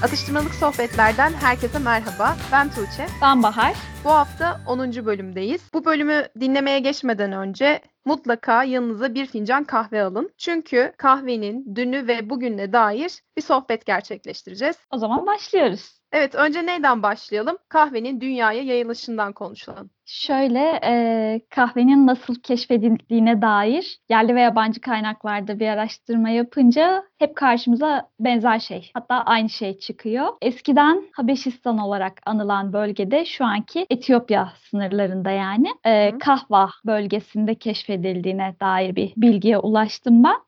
Atıştırmalık sohbetlerden herkese merhaba. Ben Tuğçe. Ben Bahar. Bu hafta 10. bölümdeyiz. Bu bölümü dinlemeye geçmeden önce mutlaka yanınıza bir fincan kahve alın. Çünkü kahvenin dünü ve bugüne dair bir sohbet gerçekleştireceğiz. O zaman başlıyoruz. Evet, önce neyden başlayalım? Kahvenin dünyaya yayılışından konuşalım. Şöyle kahvenin nasıl keşfedildiğine dair yerli ve yabancı kaynaklarda bir araştırma yapınca hep karşımıza benzer şey, hatta aynı şey çıkıyor. Eskiden Habeşistan olarak anılan bölgede, şu anki Etiyopya sınırlarında yani Hı. Kahva bölgesinde keşfedildiğine dair bir bilgiye ulaştım ben.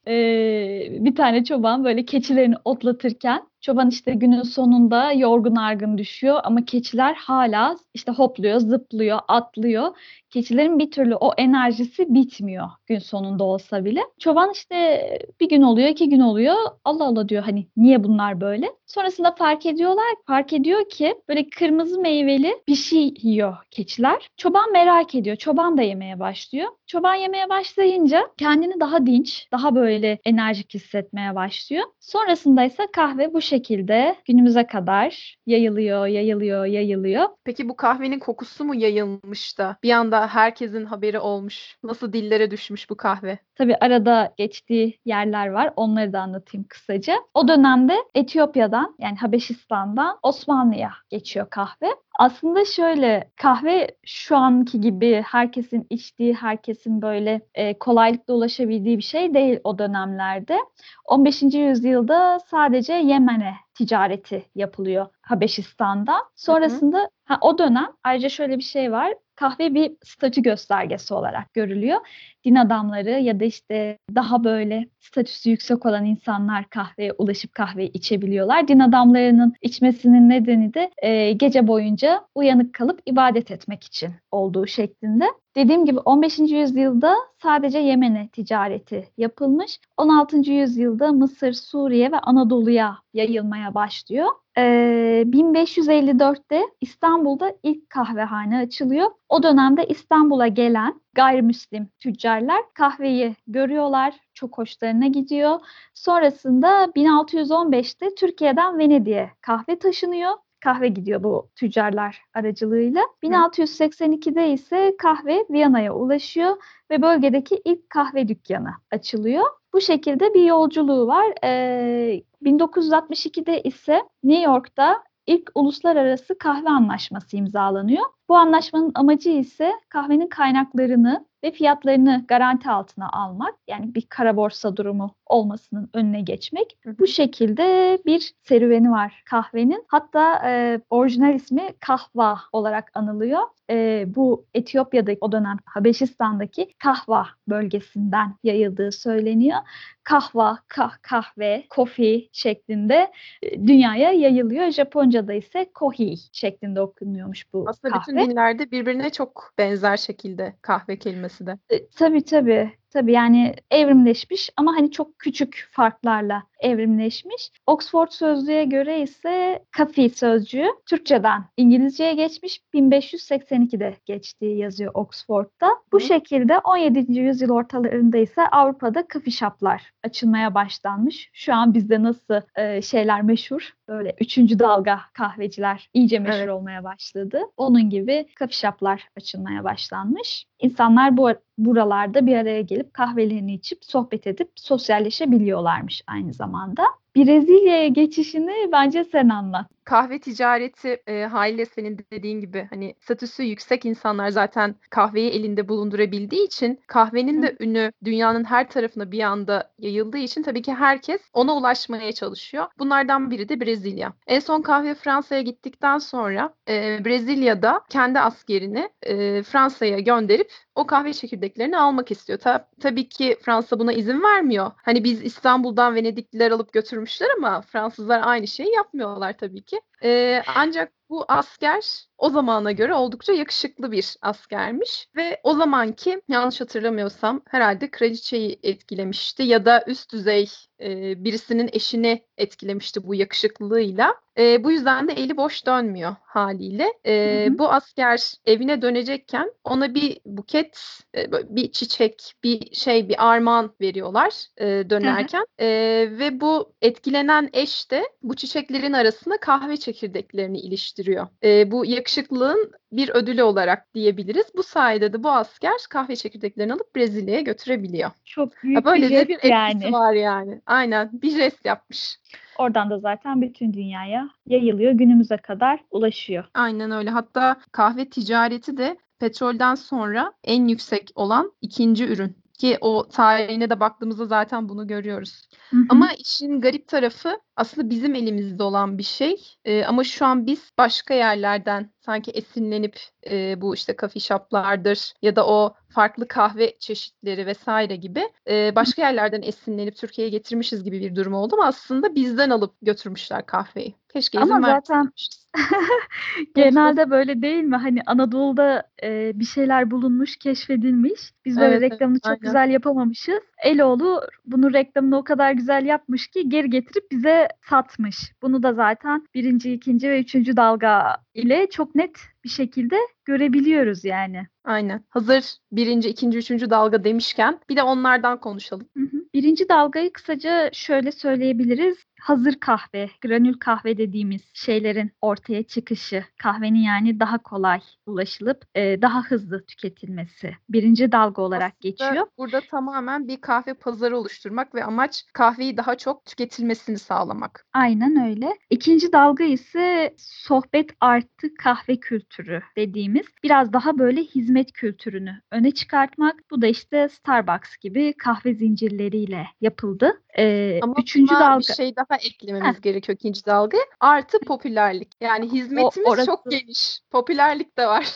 Bir tane çoban böyle keçilerini otlatırken çoban işte günün sonunda yorgun argın düşüyor ama keçiler hala işte hopluyor, zıplıyor, atlıyor. Keçilerin bir türlü o enerjisi bitmiyor gün sonunda olsa bile. Çoban işte bir gün oluyor, 2 gün oluyor. Allah Allah diyor, hani niye bunlar böyle? Sonrasında fark ediyor ki böyle kırmızı meyveli bir şey yiyor keçiler. Çoban merak ediyor. Çoban da yemeye başlıyor. Çoban yemeye başlayınca kendini daha dinç, daha böyle enerjik hissetmeye başlıyor. Sonrasında ise kahve bu şekilde günümüze kadar yayılıyor, yayılıyor, yayılıyor. Peki bu kahvenin kokusu mu yayılmış da bir anda herkesin haberi olmuş? Nasıl dillere düşmüş bu kahve? Tabii arada geçtiği yerler var. Onları da anlatayım kısaca. O dönemde Etiyopya'dan, yani Habeşistan'dan Osmanlı'ya geçiyor kahve. Aslında şöyle, kahve şu anki gibi herkesin içtiği, herkesin böyle kolaylıkla ulaşabildiği bir şey değil o dönemlerde. 15. yüzyılda sadece Yemen'e ticareti yapılıyor Habeşistan'da. Hı hı. Sonrasında o dönem ayrıca şöyle bir şey var. Kahve bir statü göstergesi olarak görülüyor. Din adamları ya da işte daha böyle statüsü yüksek olan insanlar kahveye ulaşıp kahveyi içebiliyorlar. Din adamlarının içmesinin nedeni de gece boyunca uyanık kalıp ibadet etmek için olduğu şeklinde. Dediğim gibi 15. yüzyılda sadece Yemen'e ticareti yapılmış. 16. yüzyılda Mısır, Suriye ve Anadolu'ya yayılmaya başlıyor. 1554'te İstanbul'da ilk kahvehane açılıyor. O dönemde İstanbul'a gelen gayrimüslim tüccarlar kahveyi görüyorlar, çok hoşlarına gidiyor. Sonrasında 1615'te Türkiye'den Venedik'e kahve taşınıyor. Kahve gidiyor bu tüccarlar aracılığıyla. Hı. 1682'de ise kahve Viyana'ya ulaşıyor ve bölgedeki ilk kahve dükkanı açılıyor. Bu şekilde bir yolculuğu var. 1962'de ise New York'ta ilk uluslararası kahve anlaşması imzalanıyor. Bu anlaşmanın amacı ise kahvenin kaynaklarını ve fiyatlarını garanti altına almak. Yani bir kara borsa durumu olmasının önüne geçmek. Hı Bu hı. şekilde bir serüveni var kahvenin. Hatta orijinal ismi kahva olarak anılıyor. Bu Etiyopya'daki, o dönem Habeşistan'daki Kahva bölgesinden yayıldığı söyleniyor. Kahva, kahve, kofi şeklinde dünyaya yayılıyor. Japonca'da ise kohi şeklinde okunuyormuş bu Aslında bütün kahve. dillerde birbirine çok benzer şekilde kahve kelimesi de. Tabii tabii. Tabii yani evrimleşmiş ama hani çok küçük farklarla evrimleşmiş. Oxford Sözlüğe göre ise kafi sözcüğü Türkçeden İngilizceye geçmiş. 1582'de geçtiği yazıyor Oxford'da. Bu Hı. şekilde 17. yüzyıl ortalarında ise Avrupa'da coffee shop'lar açılmaya başlanmış. Şu an bizde nasıl şeyler meşhur? Böyle üçüncü dalga kahveciler iyice meşhur Evet. olmaya başladı. Onun gibi coffee shop'lar açılmaya başlanmış. İnsanlar buralarda bir araya gelip kahvelerini içip sohbet edip sosyalleşebiliyorlarmış aynı zamanda. Brezilya'ya geçişini bence sen anlat. Kahve ticareti haliyle senin dediğin gibi hani statüsü yüksek insanlar zaten kahveyi elinde bulundurabildiği için kahvenin Hı de ünü dünyanın her tarafına bir anda yayıldığı için tabii ki herkes ona ulaşmaya çalışıyor. Bunlardan biri de Brezilya. En son kahve Fransa'ya gittikten sonra Brezilya'da kendi askerini Fransa'ya gönderip o kahve çekirdeklerini almak istiyor. Tabii ki Fransa buna izin vermiyor. Hani biz İstanbul'dan Venedikliler alıp götürmüşler ama Fransızlar aynı şeyi yapmıyorlar tabii ki. Ancak bu asker o zamana göre oldukça yakışıklı bir askermiş ve o zamanki, yanlış hatırlamıyorsam, herhalde kraliçeyi etkilemişti ya da üst düzey birisinin eşini etkilemişti bu yakışıklılığıyla. Bu yüzden de eli boş dönmüyor haliyle. Hı hı. Bu asker evine dönecekken ona bir buket, bir çiçek, bir armağan veriyorlar Hı hı. dönerken. Ve bu etkilenen eş de bu çiçeklerin arasına kahve çekirdeklerini iliştiriyor. Bu yakışıklılığın bir ödülü olarak diyebiliriz. Bu sayede de bu asker kahve çekirdeklerini alıp Brezilya'ya götürebiliyor. Çok büyük bir Böyle de jest bir etkisi yani. var yani. Aynen, bir jest yapmış. Oradan da zaten bütün dünyaya yayılıyor, günümüze kadar ulaşıyor. Aynen öyle. Hatta kahve ticareti de petrolden sonra en yüksek olan ikinci ürün. Ki o tarihine de baktığımızda zaten bunu görüyoruz. Hı hı. Ama işin garip tarafı aslında bizim elimizde olan bir şey. Ama şu an biz başka yerlerden sanki esinlenip bu işte coffee shop'lardır ya da o farklı kahve çeşitleri vesaire gibi başka yerlerden esinlenip Türkiye'ye getirmişiz gibi bir durum oldu ama aslında bizden alıp götürmüşler kahveyi. Keşke Ama izin zaten verseymişiz. genelde böyle değil mi? Hani Anadolu'da bir şeyler bulunmuş, keşfedilmiş. Biz böyle Evet, evet, reklamını çok aynen. güzel yapamamışız. Eloğlu bunu reklamını o kadar güzel yapmış ki geri getirip bize satmış. Bunu da zaten birinci, ikinci ve üçüncü dalga ile çok net bir şekilde görebiliyoruz yani. Aynen. Hazır birinci, ikinci, üçüncü dalga demişken bir de onlardan konuşalım. Hı hı. Birinci dalgayı kısaca şöyle söyleyebiliriz. Hazır kahve, granül kahve dediğimiz şeylerin ortaya çıkışı, kahvenin yani daha kolay ulaşılıp daha hızlı tüketilmesi. Birinci dalga olarak Aslında geçiyor. burada tamamen bir kahve pazarı oluşturmak ve amaç kahveyi daha çok tüketilmesini sağlamak. Aynen öyle. İkinci dalga ise sohbet artı kahve kültürü dediğimiz biraz daha böyle hizmet kültürünü öne çıkartmak. Bu da işte Starbucks gibi kahve zincirleriyle yapıldı. Ama Üçüncü buna bir dalga. şey daha Heh, eklememiz gerekiyor ikinci dalga. Artı popülerlik. Yani hizmetimiz çok orası geniş. Popülerlik de var.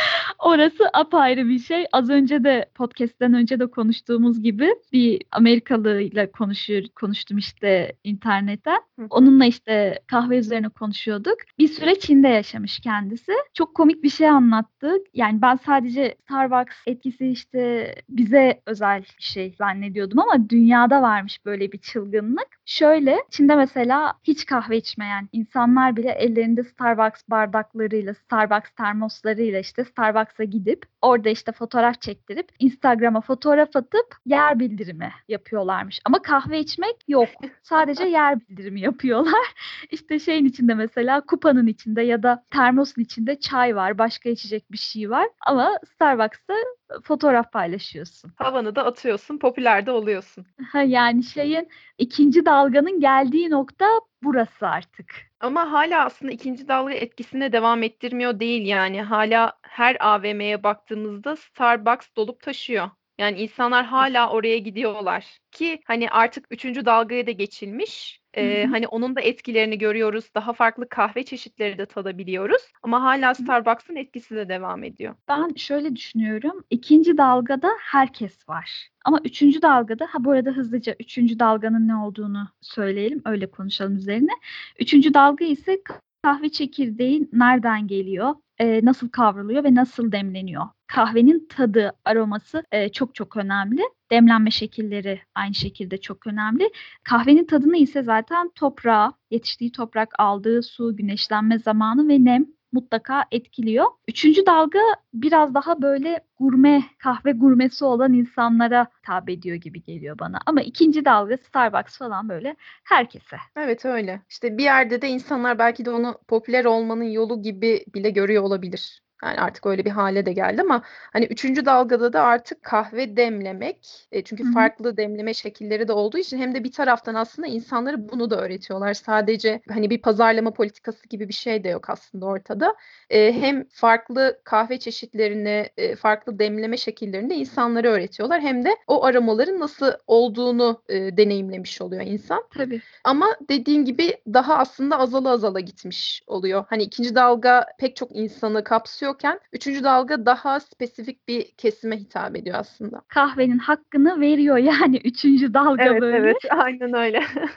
Orası apayrı bir şey. Az önce de podcast'ten önce de konuştuğumuz gibi bir Amerikalıyla konuştum işte internetten. Hı hı. Onunla işte kahve üzerine konuşuyorduk. Bir süre Çin'de yaşamış kendisi. Çok komik bir şey anlattı. Yani ben sadece Starbucks etkisi işte bize özel bir şey zannediyordum ama dünyada varmış böyle bir çılgınlık. Şöyle Çin'de mesela hiç kahve içmeyen insanlar bile ellerinde Starbucks bardaklarıyla, Starbucks termoslarıyla işte Starbucks'a gidip orada işte fotoğraf çektirip Instagram'a fotoğraf atıp yer bildirimi yapıyorlarmış. Ama kahve içmek yok. Sadece yer bildirimi yapıyorlar. İşte şeyin içinde mesela kupanın içinde ya da termosun içinde çay var, başka içecek bir şey var ama Starbucks'ta fotoğraf paylaşıyorsun. Havanı da atıyorsun, popüler de oluyorsun. Ha, yani şeyin ikinci dalganın geldiği nokta burası artık. Ama hala aslında ikinci dalga etkisine devam ettirmiyor değil yani. Hala her AVM'ye baktığımızda Starbucks dolup taşıyor. Yani insanlar hala Kesin. oraya gidiyorlar. Ki hani artık üçüncü dalgaya da geçilmiş. Hı hı. Hani onun da etkilerini görüyoruz. Daha farklı kahve çeşitleri de tadabiliyoruz. Ama hala Starbucks'ın etkisi de devam ediyor. Ben şöyle düşünüyorum. İkinci dalgada herkes var. Ama üçüncü dalgada, ha bu arada hızlıca üçüncü dalganın ne olduğunu söyleyelim. Öyle konuşalım üzerine. Üçüncü dalga ise kahve çekirdeği nereden geliyor? Nasıl kavruluyor ve nasıl demleniyor? Kahvenin tadı, aroması çok çok önemli. Demlenme şekilleri aynı şekilde çok önemli. Kahvenin tadını ise zaten toprağa, yetiştiği toprak, aldığı su, güneşlenme zamanı ve nem mutlaka etkiliyor. Üçüncü dalga biraz daha böyle gurme, kahve gurmesi olan insanlara hitap ediyor gibi geliyor bana. Ama ikinci dalga Starbucks falan böyle herkese. Evet öyle. İşte bir yerde de insanlar belki de onu popüler olmanın yolu gibi bile görüyor olabilir. Yani artık öyle bir hale de geldi ama hani üçüncü dalgada da artık kahve demlemek, çünkü Hı hı. farklı demleme şekilleri de olduğu için hem de bir taraftan aslında insanlara bunu da öğretiyorlar. Sadece hani bir pazarlama politikası gibi bir şey de yok aslında ortada. Hem farklı kahve çeşitlerini, farklı demleme şekillerini de insanlara öğretiyorlar. Hem de o aromaların nasıl olduğunu deneyimlemiş oluyor insan. Tabii. Ama dediğin gibi daha aslında azala azala gitmiş oluyor. Hani ikinci dalga pek çok insanı kapsıyorken üçüncü dalga daha spesifik bir kesime hitap ediyor aslında. Kahvenin hakkını veriyor yani üçüncü dalga Evet, böyle. evet, aynen öyle.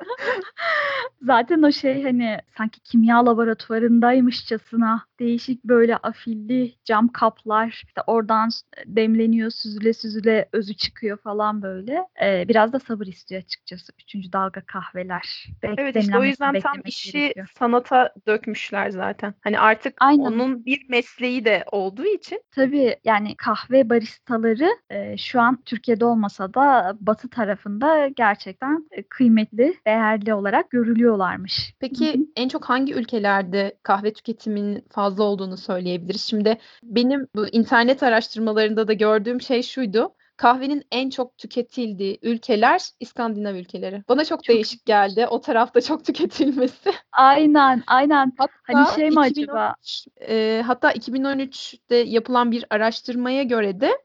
Zaten o şey hani sanki kimya laboratuvarındaymışçasına değişik böyle afilli cam kaplar işte oradan demleniyor süzüle süzüle özü çıkıyor falan böyle. Biraz da sabır istiyor açıkçası. Üçüncü dalga kahveler. Evet, işte o Demlenmesini yüzden tam beklemek işi gerekiyor. sanata dökmüşler zaten. Hani artık Aynen. onun bir mesleği de olduğu için. Tabii yani kahve baristaları şu an Türkiye'de olmasa da Batı tarafında gerçekten kıymetli, değerli olarak görülüyorlarmış. Hı hı. Peki en çok hangi ülkelerde kahve tüketiminin fazla olduğunu söyleyebiliriz? Şimdi benim bu internet araştırmalarında da gördüğüm şey şuydu. Kahvenin en çok tüketildiği ülkeler İskandinav ülkeleri. Bana çok Çok değişik geldi o tarafta çok tüketilmesi. aynen, aynen. Hani Hatta şey mi acaba? 2013 hatta 2013'te yapılan bir araştırmaya göre de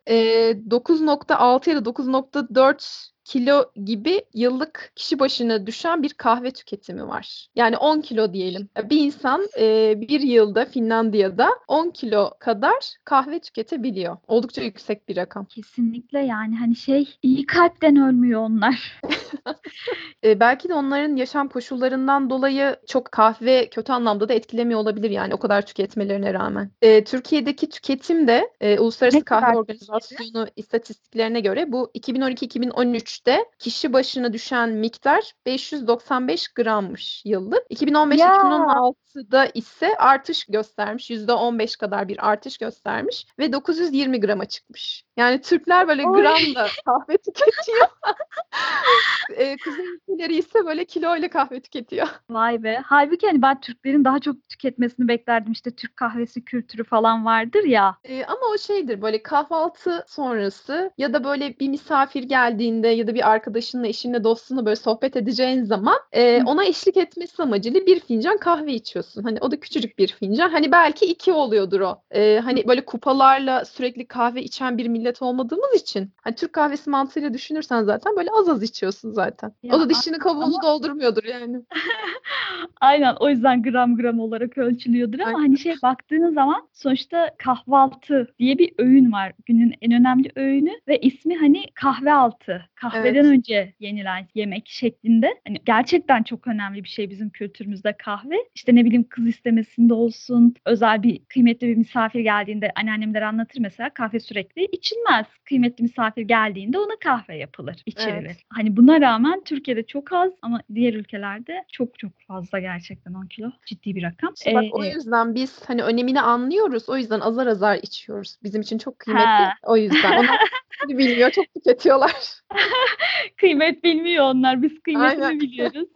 9,6 ya da 9,4 kilo gibi yıllık kişi başına düşen bir kahve tüketimi var. Yani 10 kilo diyelim. Bir insan bir yılda Finlandiya'da 10 kilo kadar kahve tüketebiliyor. Oldukça yüksek bir rakam. Kesinlikle yani hani şey iyi kalpten ölmüyor onlar. Belki de onların yaşam koşullarından dolayı çok kahve kötü anlamda da etkilemiyor olabilir yani o kadar tüketmelerine rağmen. Türkiye'deki tüketim de Ne Uluslararası Kahve kadar Türkiye'de? Organizasyonu istatistiklerine göre bu 2012-2013'te kişi başına düşen miktar 595 grammış yıllık. Ya 2015-2016'da ise artış göstermiş. %15 kadar bir artış göstermiş ve 920 grama çıkmış. Yani Türkler böyle oy. gramla kahve tüketiyor. Kuzey ülkeleri ise böyle kiloyla kahve tüketiyor. Vay be. Halbuki hani ben Türklerin daha çok tüketmesini beklerdim. İşte Türk kahvesi kültürü falan vardır ya. Ama o şeydir böyle kahvaltı sonrası ya da böyle bir misafir geldiğinde ya da bir arkadaşınla, eşinle, dostunla böyle sohbet edeceğin zaman Hı. ona eşlik etmesi amacıyla bir fincan kahve içiyorsun. Hani o da küçücük bir fincan. Hani belki iki oluyordur o. Hani böyle kupalarla sürekli kahve içen bir millet olmadığımız için hani Türk kahvesi mantığıyla düşünürsen zaten böyle az az içiyorsun zaten. O Ya da dişini kabuğunu ama doldurmuyordur yani. aynen o yüzden gram gram olarak ölçülüyordur ama hani şey baktığın zaman sonuçta kahvaltı diye bir öğün var. Günün en önemli öğünü ve ismi hani kahve altı. Kahveden Evet. önce yenilen yemek şeklinde. Hani gerçekten çok önemli bir şey bizim kültürümüzde kahve. İşte ne bileyim kız istemesinde olsun, özel bir kıymetli bir misafir geldiğinde anneannemler anlatır mesela kahve sürekli içilmez. Kıymetli misafir geldiğinde ona kahve yapılır, içirilir. Evet. Hani buna rağmen Türkiye'de çok az ama diğer ülkelerde çok çok fazla gerçekten 10 kilo ciddi bir rakam. İşte bak o yüzden biz hani önemini anlıyoruz. O yüzden azar azar içiyoruz. Bizim için çok kıymetli. Ha, O yüzden. Onlar bilmiyor, çok tüketiyorlar. kıymet bilmiyor onlar. Biz Aynen. kıymetini biliyoruz.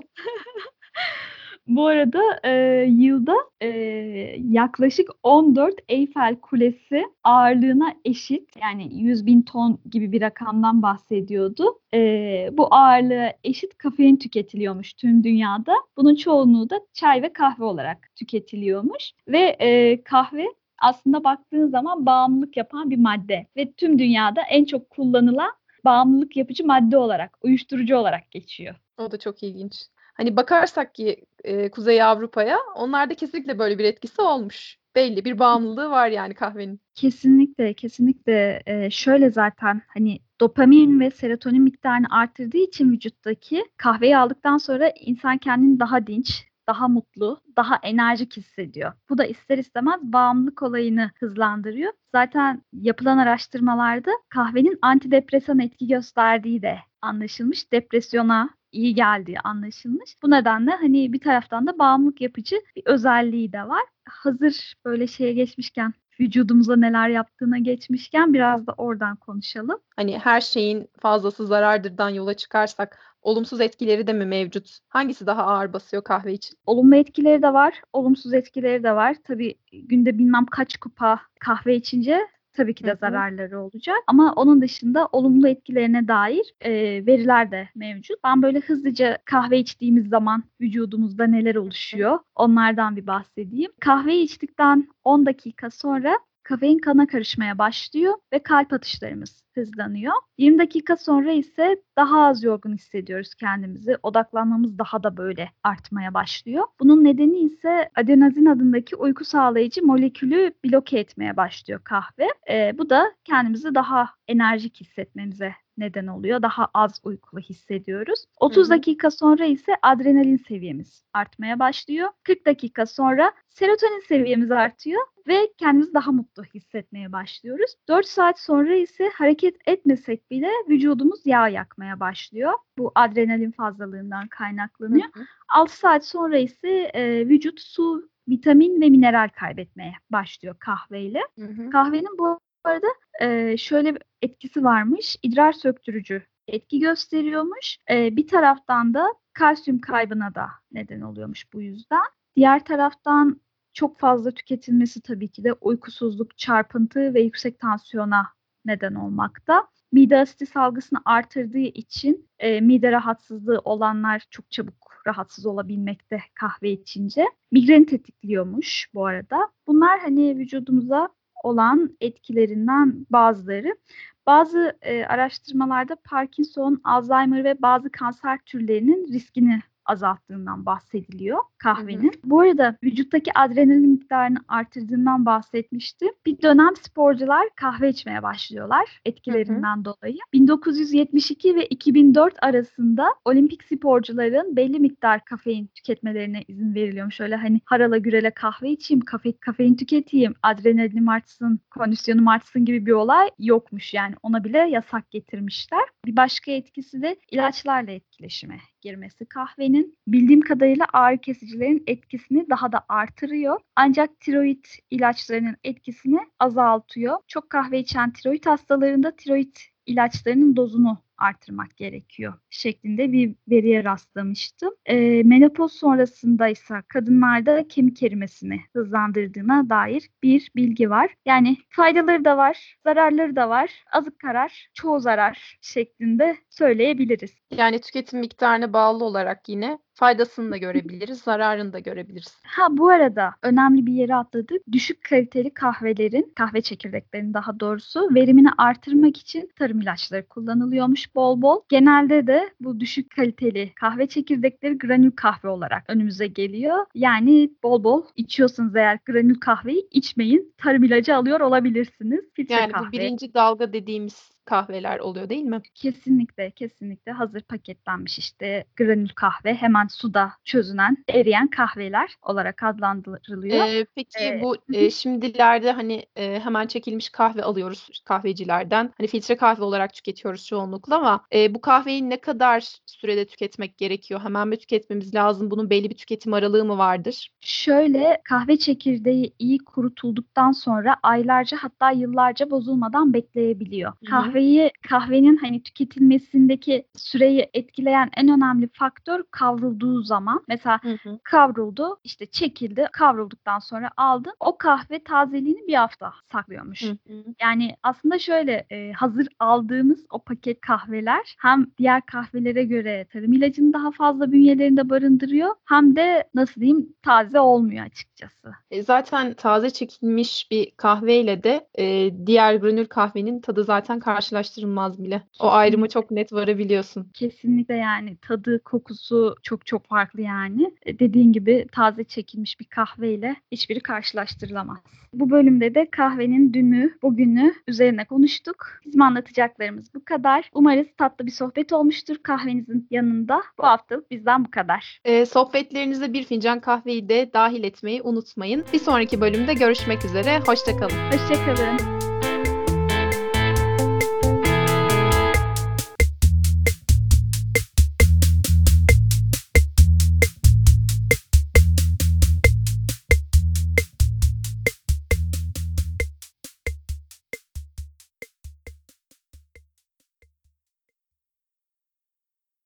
Bu arada yılda yaklaşık 14 Eyfel Kulesi ağırlığına eşit yani 100 bin ton gibi bir rakamdan bahsediyordu. Bu ağırlığa eşit kafein tüketiliyormuş tüm dünyada. Bunun çoğunluğu da çay ve kahve olarak tüketiliyormuş. Ve kahve aslında baktığın zaman bağımlılık yapan bir madde ve tüm dünyada en çok kullanılan bağımlılık yapıcı madde olarak, uyuşturucu olarak geçiyor. O da çok ilginç. Hani bakarsak ki Kuzey Avrupa'ya onlarda kesinlikle böyle bir etkisi olmuş. Belli bir bağımlılığı var yani kahvenin. Kesinlikle, kesinlikle. Şöyle zaten hani dopamin ve serotonin miktarını arttırdığı için vücuttaki kahveyi aldıktan sonra insan kendini daha dinç, daha mutlu, daha enerjik hissediyor. Bu da ister istemez bağımlılık olayını hızlandırıyor. Zaten yapılan araştırmalarda kahvenin antidepresan etki gösterdiği de anlaşılmış. Depresyona iyi geldiği anlaşılmış. Bu nedenle hani bir taraftan da bağımlılık yapıcı bir özelliği de var. Hazır böyle şeye geçmişken vücudumuza neler yaptığına geçmişken biraz da oradan konuşalım. Hani her şeyin fazlası zarardırdan yola çıkarsak olumsuz etkileri de mi mevcut? Hangisi daha ağır basıyor kahve için? Olumlu etkileri de var, olumsuz etkileri de var. Tabii günde bilmem kaç kupa kahve içince tabii ki Hı de hı. zararları olacak. Ama onun dışında olumlu etkilerine dair veriler de mevcut. Ben böyle hızlıca kahve içtiğimiz zaman vücudumuzda neler oluşuyor onlardan bir bahsedeyim. Kahveyi içtikten 10 dakika sonra kafein kana karışmaya başlıyor ve kalp atışlarımız hızlanıyor. 20 dakika sonra ise daha az yorgun hissediyoruz kendimizi. Odaklanmamız daha da böyle artmaya başlıyor. Bunun nedeni ise adenozin adındaki uyku sağlayıcı molekülü bloke etmeye başlıyor kahve. Bu da kendimizi daha enerjik hissetmemize neden oluyor. Daha az uykulu hissediyoruz. 30 dakika sonra ise adrenalin seviyemiz artmaya başlıyor. 40 dakika sonra serotonin seviyemiz artıyor ve kendimizi daha mutlu hissetmeye başlıyoruz. 4 saat sonra ise hareket etmesek bile vücudumuz yağ yakmaya başlıyor. Bu adrenalin fazlalığından kaynaklanıyor. 6 saat sonra ise vücut su, vitamin ve mineral kaybetmeye başlıyor kahveyle. Kahvenin bu arada şöyle bir etkisi varmış. İdrar söktürücü etki gösteriyormuş. Bir taraftan da kalsiyum kaybına da neden oluyormuş bu yüzden. Diğer taraftan çok fazla tüketilmesi tabii ki de uykusuzluk, çarpıntı ve yüksek tansiyona neden olmakta. Mide asidi salgısını artırdığı için mide rahatsızlığı olanlar çok çabuk rahatsız olabilmekte kahve içince. Migreni tetikliyormuş bu arada. Bunlar hani vücudumuza olan etkilerinden bazıları. Bazı araştırmalarda Parkinson, Alzheimer ve bazı kanser türlerinin riskini azalttığından bahsediliyor kahvenin. Bu arada vücuttaki adrenalin miktarını artırdığından bahsetmiştim. Bir dönem sporcular kahve içmeye başlıyorlar etkilerinden dolayı. 1972 ve 2004 arasında olimpik sporcuların belli miktar kafein tüketmelerine izin veriliyormuş. Şöyle hani harala gürele kahve içeyim, kafein tüketeyim, adrenalinim artsın, kondisyonum artsın gibi bir olay yokmuş. Yani ona bile yasak getirmişler. Bir başka etkisi de ilaçlarla etkileşime girmesi kahvenin. Bildiğim kadarıyla ağrı kesicilerin etkisini daha da artırıyor. Ancak tiroid ilaçlarının etkisini azaltıyor. Çok kahve içen tiroid hastalarında tiroid ilaçlarının dozunu artırmak gerekiyor şeklinde bir veriye rastlamıştım. Menopoz sonrasında ise kadınlarda kemik erimesini hızlandırdığına dair bir bilgi var. Yani faydaları da var, zararları da var. Azık karar, çoğu zarar şeklinde söyleyebiliriz. Yani tüketim miktarına bağlı olarak yine faydasını da görebiliriz, zararını da görebiliriz. Bu arada önemli bir yere atladık. Düşük kaliteli kahvelerin, kahve çekirdeklerinin daha doğrusu verimini artırmak için tarım ilaçları kullanılıyormuş bol bol. Genelde de bu düşük kaliteli kahve çekirdekleri granül kahve olarak önümüze geliyor. Yani bol bol içiyorsanız eğer granül kahveyi içmeyin. Tarım ilacı alıyor olabilirsiniz. Filtre Yani kahve. bu birinci dalga dediğimiz kahveler oluyor değil mi? Kesinlikle hazır paketlenmiş işte granül kahve, hemen suda çözünen, eriyen kahveler olarak adlandırılıyor. Peki bu şimdilerde hani hemen çekilmiş kahve alıyoruz kahvecilerden. Hani filtre kahve olarak tüketiyoruz çoğunlukla ama bu kahveyi ne kadar sürede tüketmek gerekiyor? Hemen mi tüketmemiz lazım? Bunun belli bir tüketim aralığı mı vardır? Şöyle kahve çekirdeği iyi kurutulduktan sonra aylarca hatta yıllarca bozulmadan bekleyebiliyor. Kahvenin hani tüketilmesindeki süreyi etkileyen en önemli faktör kavrulduğu zaman. Mesela kavruldu, işte çekildi, kavrulduktan sonra aldın. O kahve tazeliğini bir hafta saklıyormuş. Yani aslında şöyle hazır aldığımız o paket kahveler hem diğer kahvelere göre tarım ilacını daha fazla bünyelerinde barındırıyor hem de nasıl diyeyim taze olmuyor açıkçası. Zaten taze çekilmiş bir kahveyle de diğer granül kahvenin tadı zaten karşılaştırılmaz bile. O ayrıma çok net varabiliyorsun. Kesinlikle yani tadı, kokusu çok çok farklı yani. Dediğin gibi taze çekilmiş bir kahveyle hiçbiri karşılaştırılamaz. Bu bölümde de kahvenin dünü, bugünü üzerine konuştuk. Bizim anlatacaklarımız bu kadar. Umarız tatlı bir sohbet olmuştur kahvenizin yanında. Bu haftalık bizden bu kadar. Sohbetlerinize bir fincan kahveyi de dahil etmeyi unutmayın. Bir sonraki bölümde görüşmek üzere. Hoşça kalın. Hoşça kalın.